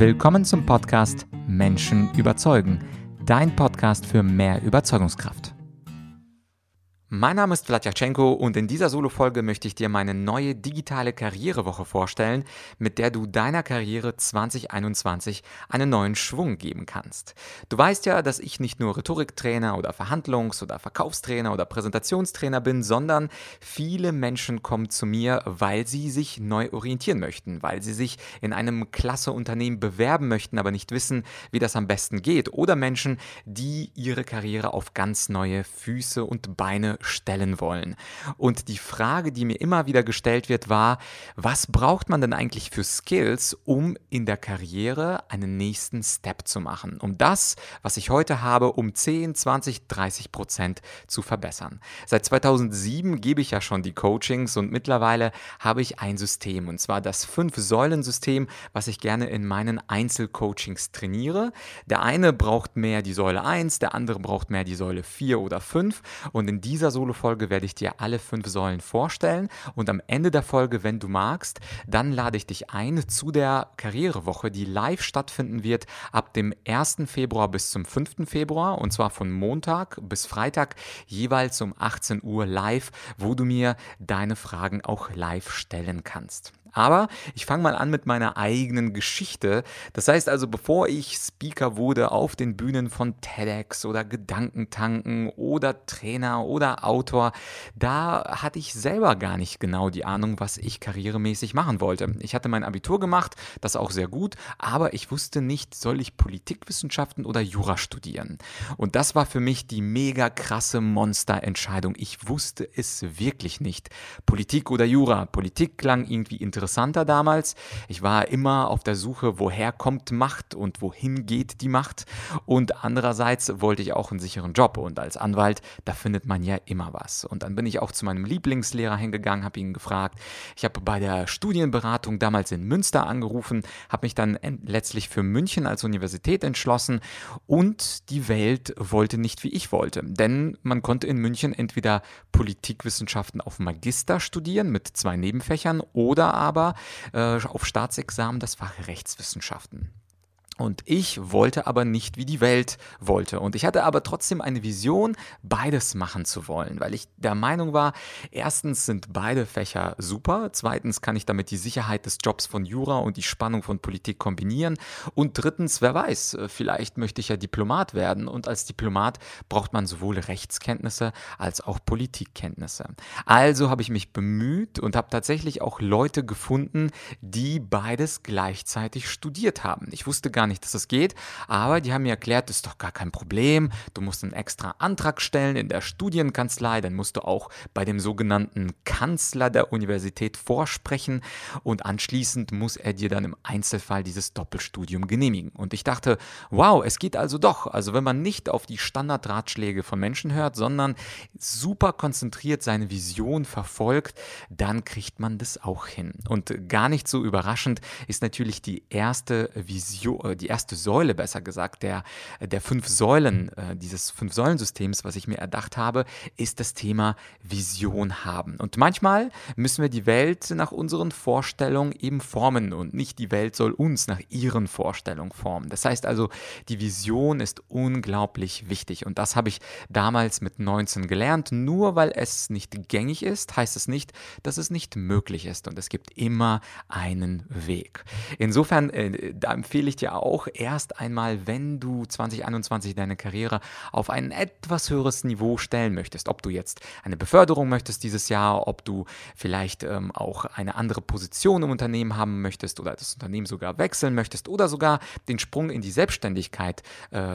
Willkommen zum Podcast Menschen überzeugen, dein Podcast für mehr Überzeugungskraft. Mein Name ist Vladyachenko und in dieser Solo-Folge möchte ich dir meine neue digitale Karrierewoche vorstellen, mit der du deiner Karriere 2021 einen neuen Schwung geben kannst. Du weißt ja, dass ich nicht nur Rhetoriktrainer oder Verhandlungs- oder Verkaufstrainer oder Präsentationstrainer bin, sondern viele Menschen kommen zu mir, weil sie sich neu orientieren möchten, weil sie sich in einem klasse Unternehmen bewerben möchten, aber nicht wissen, wie das am besten geht. Oder Menschen, die ihre Karriere auf ganz neue Füße und Beine stellen wollen. Und die Frage, die mir immer wieder gestellt wird, war, was braucht man denn eigentlich für Skills, um in der Karriere einen nächsten Step zu machen, um das, was ich heute habe, um 10, 20, 30% zu verbessern. Seit 2007 gebe ich ja schon die Coachings und mittlerweile habe ich ein System, und zwar das 5-Säulen-System, was ich gerne in meinen Einzelcoachings trainiere. Der eine braucht mehr die Säule 1, der andere braucht mehr die Säule 4 oder 5 und in dieser Solo-Folge werde ich dir alle 5 Säulen vorstellen und am Ende der Folge, wenn du magst, dann lade ich dich ein zu der Karrierewoche, die live stattfinden wird ab dem 1. Februar bis zum 5. Februar und zwar von Montag bis Freitag jeweils um 18 Uhr live, wo du mir deine Fragen auch live stellen kannst. Aber ich fange mal an mit meiner eigenen Geschichte. Das heißt also, bevor ich Speaker wurde auf den Bühnen von TEDx oder Gedankentanken oder Trainer oder Autor, da hatte ich selber gar nicht genau die Ahnung, was ich karrieremäßig machen wollte. Ich hatte mein Abitur gemacht, das auch sehr gut, aber ich wusste nicht, soll ich Politikwissenschaften oder Jura studieren? Und das war für mich die mega krasse Monsterentscheidung. Ich wusste es wirklich nicht. Politik oder Jura? Politik klang irgendwie interessanter damals. Ich war immer auf der Suche, woher kommt Macht und wohin geht die Macht. Und andererseits wollte ich auch einen sicheren Job. Und als Anwalt, da findet man ja immer was. Und dann bin ich auch zu meinem Lieblingslehrer hingegangen, habe ihn gefragt. Ich habe bei der Studienberatung damals in Münster angerufen, habe mich dann letztlich für München als Universität entschlossen. Und die Welt wollte nicht, wie ich wollte. Denn man konnte in München entweder Politikwissenschaften auf Magister studieren mit 2 Nebenfächern oder aber auf Staatsexamen das Fach Rechtswissenschaften. Und ich wollte aber nicht, wie die Welt wollte. Und ich hatte aber trotzdem eine Vision, beides machen zu wollen, weil ich der Meinung war, erstens sind beide Fächer super, zweitens kann ich damit die Sicherheit des Jobs von Jura und die Spannung von Politik kombinieren und drittens, wer weiß, vielleicht möchte ich ja Diplomat werden und als Diplomat braucht man sowohl Rechtskenntnisse als auch Politikkenntnisse. Also habe ich mich bemüht und habe tatsächlich auch Leute gefunden, die beides gleichzeitig studiert haben. Ich wusste gar nicht, dass es geht, aber die haben mir erklärt, das ist doch gar kein Problem, du musst einen extra Antrag stellen in der Studienkanzlei, dann musst du auch bei dem sogenannten Kanzler der Universität vorsprechen und anschließend muss er dir dann im Einzelfall dieses Doppelstudium genehmigen. Und ich dachte, wow, es geht also doch. Also wenn man nicht auf die Standardratschläge von Menschen hört, sondern super konzentriert seine Vision verfolgt, dann kriegt man das auch hin. Und gar nicht so überraschend ist natürlich die erste Vision, die erste Säule, besser gesagt, der 5 Säulen, dieses 5-Säulen-Systems, was ich mir erdacht habe, ist das Thema Vision haben. Und manchmal müssen wir die Welt nach unseren Vorstellungen eben formen und nicht die Welt soll uns nach ihren Vorstellungen formen. Das heißt also, die Vision ist unglaublich wichtig und das habe ich damals mit 19 gelernt. Nur weil es nicht gängig ist, heißt es nicht, dass es nicht möglich ist und es gibt immer einen Weg. Insofern, da empfehle ich dir auch erst einmal, wenn du 2021 deine Karriere auf ein etwas höheres Niveau stellen möchtest, ob du jetzt eine Beförderung möchtest dieses Jahr, ob du vielleicht auch eine andere Position im Unternehmen haben möchtest oder das Unternehmen sogar wechseln möchtest oder sogar den Sprung in die Selbstständigkeit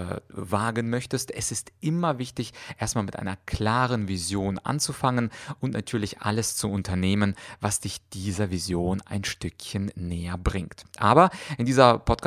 wagen möchtest. Es ist immer wichtig, erstmal mit einer klaren Vision anzufangen und natürlich alles zu unternehmen, was dich dieser Vision ein Stückchen näher bringt. Aber in dieser Podcast-Folge soll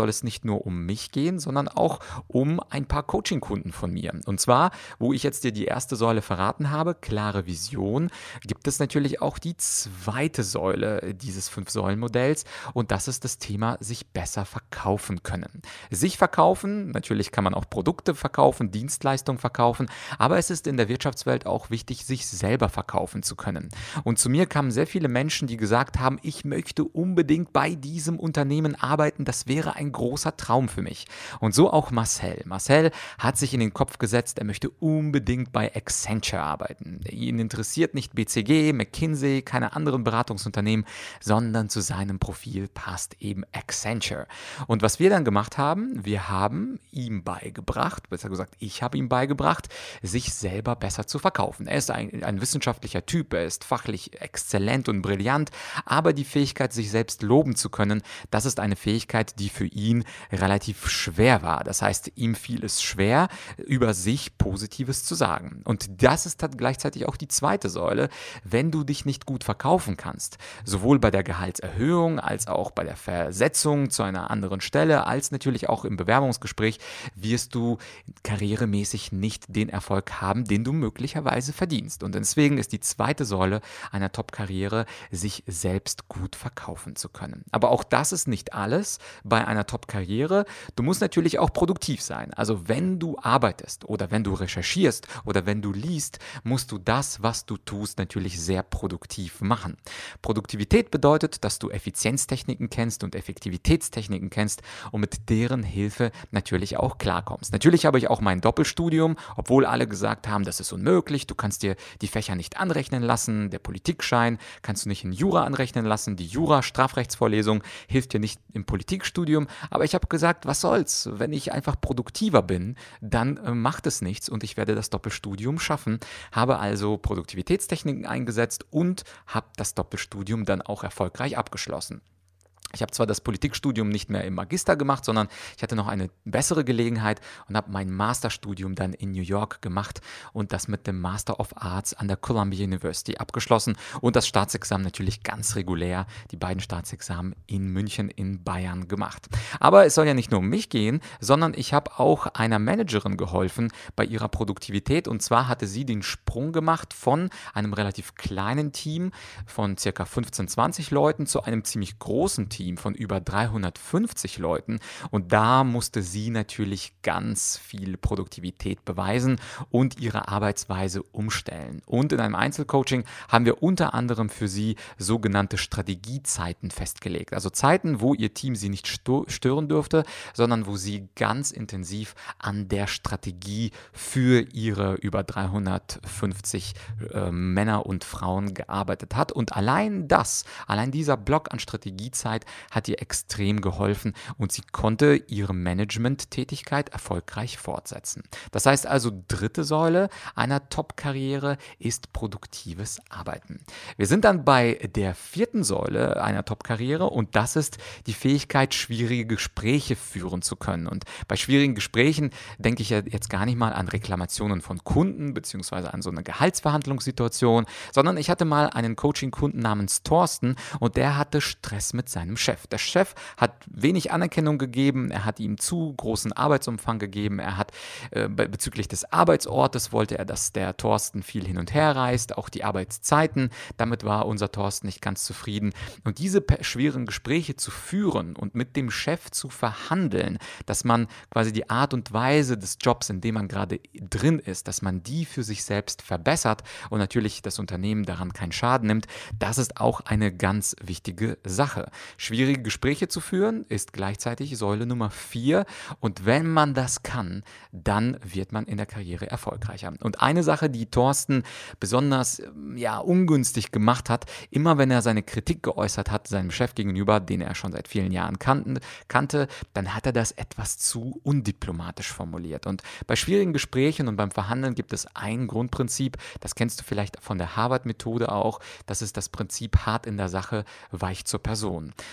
soll es nicht nur um mich gehen, sondern auch um ein paar Coaching-Kunden von mir. Und zwar, wo ich jetzt dir die erste Säule verraten habe, klare Vision, gibt es natürlich auch die zweite Säule dieses 5-Säulen-Modells und das ist das Thema, sich besser verkaufen können. Sich verkaufen, natürlich kann man auch Produkte verkaufen, Dienstleistungen verkaufen, aber es ist in der Wirtschaftswelt auch wichtig, sich selber verkaufen zu können. Und zu mir kamen sehr viele Menschen, die gesagt haben, ich möchte unbedingt bei diesem Unternehmen arbeiten, das wäre ein großer Traum für mich. Und so auch Marcel. Marcel hat sich in den Kopf gesetzt, er möchte unbedingt bei Accenture arbeiten. Ihn interessiert nicht BCG, McKinsey, keine anderen Beratungsunternehmen, sondern zu seinem Profil passt eben Accenture. Und was wir dann gemacht haben, wir haben ihm beigebracht, besser gesagt, ich habe ihm beigebracht, sich selber besser zu verkaufen. Er ist ein wissenschaftlicher Typ, er ist fachlich exzellent und brillant, aber die Fähigkeit, sich selbst loben zu können, das ist eine Fähigkeit, die für ihn relativ schwer war. Das heißt, ihm fiel es schwer, über sich Positives zu sagen. Und das ist dann gleichzeitig auch die zweite Säule, wenn du dich nicht gut verkaufen kannst, sowohl bei der Gehaltserhöhung als auch bei der Versetzung zu einer anderen Stelle, als natürlich auch im Bewerbungsgespräch, wirst du karrieremäßig nicht den Erfolg haben, den du möglicherweise verdienst. Und deswegen ist die zweite Säule einer Top-Karriere, sich selbst gut verkaufen zu können. Aber auch das ist nicht alles bei einer Top-Karriere. Du musst natürlich auch produktiv sein. Also wenn du arbeitest oder wenn du recherchierst oder wenn du liest, musst du das, was du tust, natürlich sehr produktiv machen. Produktivität bedeutet, dass du Effizienztechniken kennst und Effektivitätstechniken kennst und mit deren Hilfe natürlich auch klarkommst. Natürlich habe ich auch mein Doppelstudium, obwohl alle gesagt haben, das ist unmöglich, du kannst dir die Fächer nicht anrechnen lassen, der Politikschein kannst du nicht in Jura anrechnen lassen, die Jura-Strafrechtsvorlesung hilft dir nicht im Politikstudium, aber ich habe gesagt, was soll's, wenn ich einfach produktiver bin, dann macht es nichts und ich werde das Doppelstudium schaffen, habe also Produktivitätstechniken eingesetzt und habe das Doppelstudium dann auch erfolgreich abgeschlossen. Ich habe zwar das Politikstudium nicht mehr im Magister gemacht, sondern ich hatte noch eine bessere Gelegenheit und habe mein Masterstudium dann in New York gemacht und das mit dem Master of Arts an der Columbia University abgeschlossen und das Staatsexamen natürlich ganz regulär, die beiden Staatsexamen in München in Bayern gemacht. Aber es soll ja nicht nur um mich gehen, sondern ich habe auch einer Managerin geholfen bei ihrer Produktivität und zwar hatte sie den Sprung gemacht von einem relativ kleinen Team von ca. 15, 20 Leuten zu einem ziemlich großen Team von über 350 Leuten und da musste sie natürlich ganz viel Produktivität beweisen und ihre Arbeitsweise umstellen. Und in einem Einzelcoaching haben wir unter anderem für sie sogenannte Strategiezeiten festgelegt. Also Zeiten, wo ihr Team sie nicht stören dürfte, sondern wo sie ganz intensiv an der Strategie für ihre über 350 Männer und Frauen gearbeitet hat. Und allein dieser Block an Strategiezeit hat ihr extrem geholfen und sie konnte ihre Management-Tätigkeit erfolgreich fortsetzen. Das heißt also, dritte Säule einer Top-Karriere ist produktives Arbeiten. Wir sind dann bei der vierten Säule einer Top-Karriere und das ist die Fähigkeit, schwierige Gespräche führen zu können. Und bei schwierigen Gesprächen denke ich ja jetzt gar nicht mal an Reklamationen von Kunden beziehungsweise an so eine Gehaltsverhandlungssituation, sondern ich hatte mal einen Coaching-Kunden namens Thorsten und der hatte Stress mit seinem Chef. Der Chef hat wenig Anerkennung gegeben, er hat ihm zu großen Arbeitsumfang gegeben, er hat bezüglich des Arbeitsortes wollte er, dass der Thorsten viel hin und her reist, auch die Arbeitszeiten, damit war unser Thorsten nicht ganz zufrieden. Und diese schweren Gespräche zu führen und mit dem Chef zu verhandeln, dass man quasi die Art und Weise des Jobs, in dem man gerade drin ist, dass man die für sich selbst verbessert und natürlich das Unternehmen daran keinen Schaden nimmt, das ist auch eine ganz wichtige Sache. Schwierige Gespräche zu führen ist gleichzeitig Säule Nummer 4 und wenn man das kann, dann wird man in der Karriere erfolgreicher. Und eine Sache, die Thorsten besonders ungünstig gemacht hat, immer wenn er seine Kritik geäußert hat, seinem Chef gegenüber, den er schon seit vielen Jahren kannte, dann hat er das etwas zu undiplomatisch formuliert. Und bei schwierigen Gesprächen und beim Verhandeln gibt es ein Grundprinzip, das kennst du vielleicht von der Harvard-Methode auch, das ist das Prinzip hart in der Sache, weich zur Person.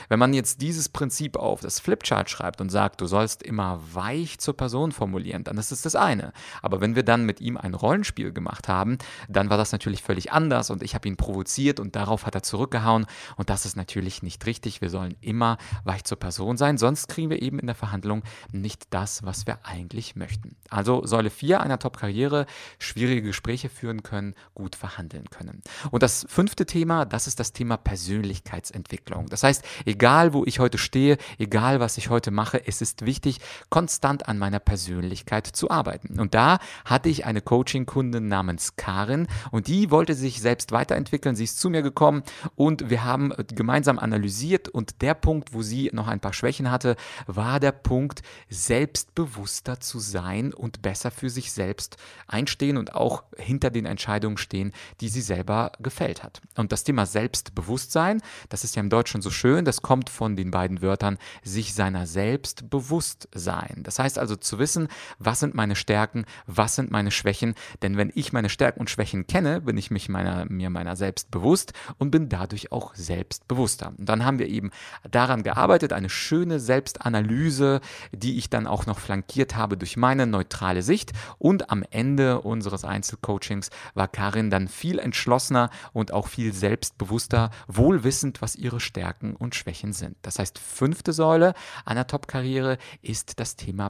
Wenn man jetzt dieses Prinzip auf das Flipchart schreibt und sagt, du sollst immer weich zur Person formulieren, dann ist es das eine. Aber wenn wir dann mit ihm ein Rollenspiel gemacht haben, dann war das natürlich völlig anders und ich habe ihn provoziert und darauf hat er zurückgehauen und das ist natürlich nicht richtig. Wir sollen immer weich zur Person sein, sonst kriegen wir eben in der Verhandlung nicht das, was wir eigentlich möchten. Also Säule 4 einer Top-Karriere, schwierige Gespräche führen können, gut verhandeln können. Und das 5. Thema, das ist das Thema Persönlichkeitsentwicklung. Das heißt, egal wo ich heute stehe, egal was ich heute mache, es ist wichtig, konstant an meiner Persönlichkeit zu arbeiten. Und da hatte ich eine Coaching-Kundin namens Karin und die wollte sich selbst weiterentwickeln. Sie ist zu mir gekommen und wir haben gemeinsam analysiert und der Punkt, wo sie noch ein paar Schwächen hatte, war der Punkt, selbstbewusster zu sein und besser für sich selbst einstehen und auch hinter den Entscheidungen stehen, die sie selber gefällt hat. Und das Thema Selbstbewusstsein, das ist ja im Deutschen so schön, das kommt von den beiden Wörtern sich seiner selbst bewusst sein. Das heißt also zu wissen, was sind meine Stärken, was sind meine Schwächen, denn wenn ich meine Stärken und Schwächen kenne, bin ich mir meiner selbst bewusst und bin dadurch auch selbstbewusster. Und dann haben wir eben daran gearbeitet, eine schöne Selbstanalyse, die ich dann auch noch flankiert habe durch meine neutrale Sicht und am Ende unseres Einzelcoachings war Karin dann viel entschlossener und auch viel selbstbewusster, wohl wissend, was ihre Stärken und Schwächen sind. Das heißt, 5. Säule einer Top-Karriere ist das Thema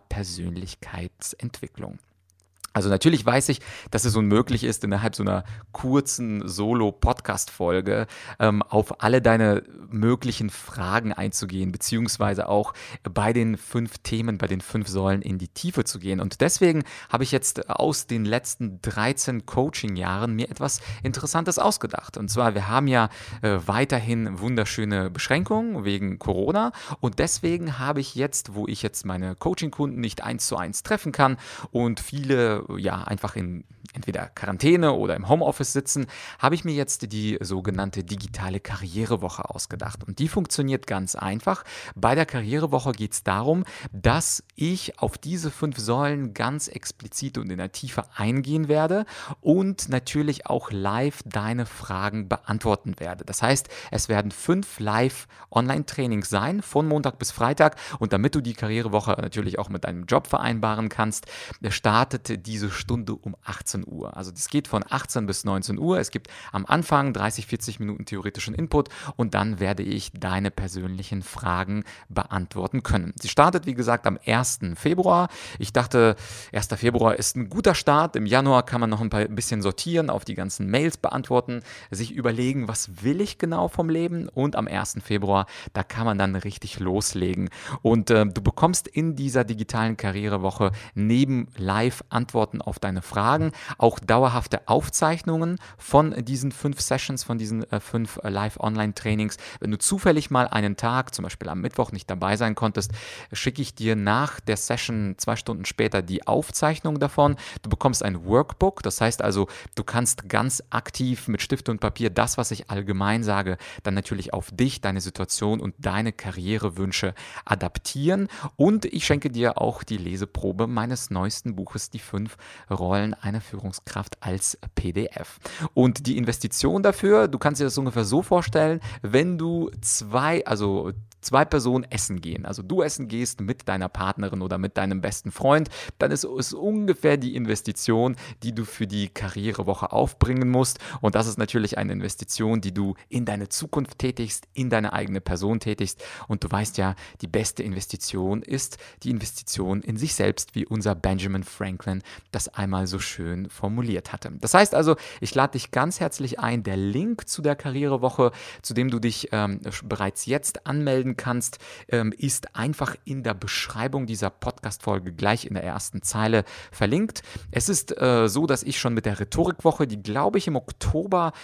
Persönlichkeitsentwicklung. Also natürlich weiß ich, dass es unmöglich ist, innerhalb so einer kurzen Solo-Podcast-Folge auf alle deine möglichen Fragen einzugehen, beziehungsweise auch bei den 5 Themen, bei den 5 Säulen in die Tiefe zu gehen. Und deswegen habe ich jetzt aus den letzten 13 Coaching-Jahren mir etwas Interessantes ausgedacht. Und zwar, wir haben ja weiterhin wunderschöne Beschränkungen wegen Corona und deswegen habe ich jetzt, wo ich jetzt meine Coaching-Kunden nicht 1:1 treffen kann und viele einfach in entweder Quarantäne oder im Homeoffice sitzen, habe ich mir jetzt die sogenannte digitale Karrierewoche ausgedacht. Und die funktioniert ganz einfach. Bei der Karrierewoche geht es darum, dass ich auf diese 5 Säulen ganz explizit und in der Tiefe eingehen werde und natürlich auch live deine Fragen beantworten werde. Das heißt, es werden 5 Live-Online-Trainings sein, von Montag bis Freitag. Und damit du die Karrierewoche natürlich auch mit deinem Job vereinbaren kannst, startet diese Stunde um 18 Uhr. Also das geht von 18 bis 19 Uhr. Es gibt am Anfang 30, 40 Minuten theoretischen Input und dann werde ich deine persönlichen Fragen beantworten können. Sie startet, wie gesagt, am 1. Februar. Ich dachte, 1. Februar ist ein guter Start. Im Januar kann man noch ein bisschen sortieren, auf die ganzen Mails beantworten, sich überlegen, was will ich genau vom Leben und am 1. Februar, da kann man dann richtig loslegen. Und du bekommst in dieser digitalen Karrierewoche neben Live-Antworten auf deine Fragen auch dauerhafte Aufzeichnungen von diesen 5 Sessions, von diesen 5 Live-Online-Trainings. Wenn du zufällig mal einen Tag, zum Beispiel am Mittwoch, nicht dabei sein konntest, schicke ich dir nach der Session 2 Stunden später die Aufzeichnung davon. Du bekommst ein Workbook, das heißt also, du kannst ganz aktiv mit Stift und Papier das, was ich allgemein sage, dann natürlich auf dich, deine Situation und deine Karrierewünsche adaptieren. Und ich schenke dir auch die Leseprobe meines neuesten Buches, die 5 Rollen einer Führungskraft als PDF. Und die Investition dafür, du kannst dir das ungefähr so vorstellen, wenn du zwei Personen essen gehen, also du essen gehst mit deiner Partnerin oder mit deinem besten Freund, dann ist es ungefähr die Investition, die du für die Karrierewoche aufbringen musst. Und das ist natürlich eine Investition, die du in deine Zukunft tätigst, in deine eigene Person tätigst. Und du weißt ja, die beste Investition ist die Investition in sich selbst, wie unser Benjamin Franklin das einmal so schön formuliert hatte. Das heißt also, ich lade dich ganz herzlich ein. Der Link zu der Karrierewoche, zu dem du dich bereits jetzt anmelden kannst, ist einfach in der Beschreibung dieser Podcast-Folge gleich in der ersten Zeile verlinkt. Es ist so, dass ich schon mit der Rhetorikwoche, die glaube ich im Oktober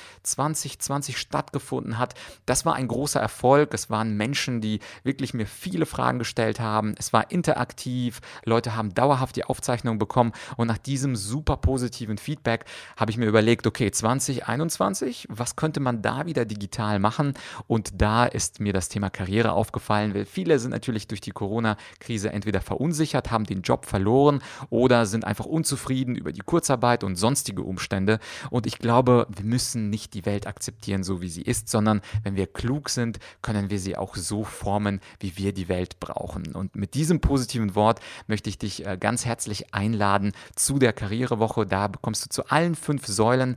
2020 stattgefunden hat, das war ein großer Erfolg. Es waren Menschen, die wirklich mir viele Fragen gestellt haben. Es war interaktiv, Leute haben dauerhaft die Aufzeichnung bekommen und nach diesem super positiven Feedback habe ich mir überlegt, okay, 2021, was könnte man da wieder digital machen? Und da ist mir das Thema Karriere aufgefallen, weil viele sind natürlich durch die Corona-Krise entweder verunsichert, haben den Job verloren oder sind einfach unzufrieden über die Kurzarbeit und sonstige Umstände. Und ich glaube, wir müssen nicht die Welt akzeptieren, so wie sie ist, sondern wenn wir klug sind, können wir sie auch so formen, wie wir die Welt brauchen. Und mit diesem positiven Wort möchte ich dich ganz herzlich einladen zu der Karrierewoche. Da bekommst du zu allen 5 Säulen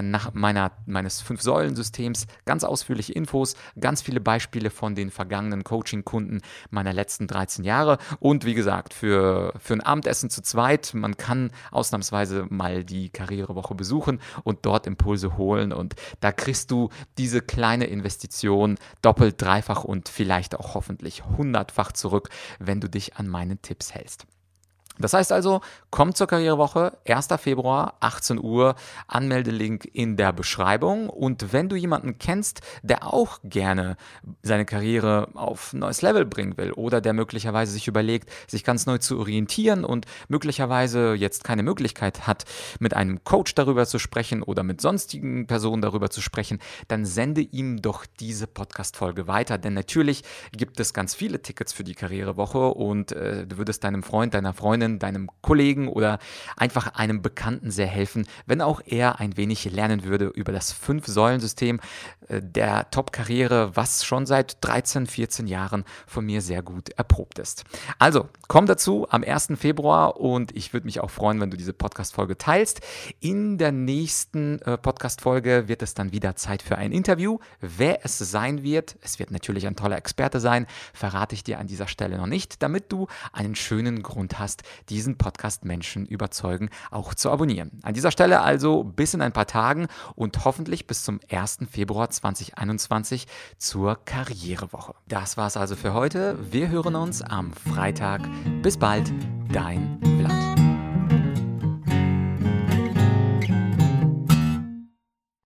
meines 5-Säulen-Systems ganz ausführliche Infos, ganz viele Beispiele von den vergangenen Coaching-Kunden meiner letzten 13 Jahre und wie gesagt, für ein Abendessen zu zweit, man kann ausnahmsweise mal die Karrierewoche besuchen und dort Impulse holen und da kriegst du diese kleine Investition doppelt, dreifach und vielleicht auch hoffentlich 100-fach zurück, wenn du dich an meine Tipps hältst. Das heißt also, komm zur Karrierewoche, 1. Februar, 18 Uhr, Anmeldelink in der Beschreibung. Und wenn du jemanden kennst, der auch gerne seine Karriere auf ein neues Level bringen will oder der möglicherweise sich überlegt, sich ganz neu zu orientieren und möglicherweise jetzt keine Möglichkeit hat, mit einem Coach darüber zu sprechen oder mit sonstigen Personen darüber zu sprechen, dann sende ihm doch diese Podcast-Folge weiter. Denn natürlich gibt es ganz viele Tickets für die Karrierewoche und du würdest deinem Freund, deiner Freundin, deinem Kollegen oder einfach einem Bekannten sehr helfen, wenn auch er ein wenig lernen würde über das 5-Säulen-System der Top-Karriere, was schon seit 13, 14 Jahren von mir sehr gut erprobt ist. Also, komm dazu am 1. Februar und ich würde mich auch freuen, wenn du diese Podcast-Folge teilst. In der nächsten Podcast-Folge wird es dann wieder Zeit für ein Interview. Wer es sein wird, es wird natürlich ein toller Experte sein, verrate ich dir an dieser Stelle noch nicht, damit du einen schönen Grund hast, diesen Podcast Menschen überzeugen auch zu abonnieren. An dieser Stelle also bis in ein paar Tagen und hoffentlich bis zum 1. Februar 2021 zur Karrierewoche. Das war's also für heute. Wir hören uns am Freitag. Bis bald, dein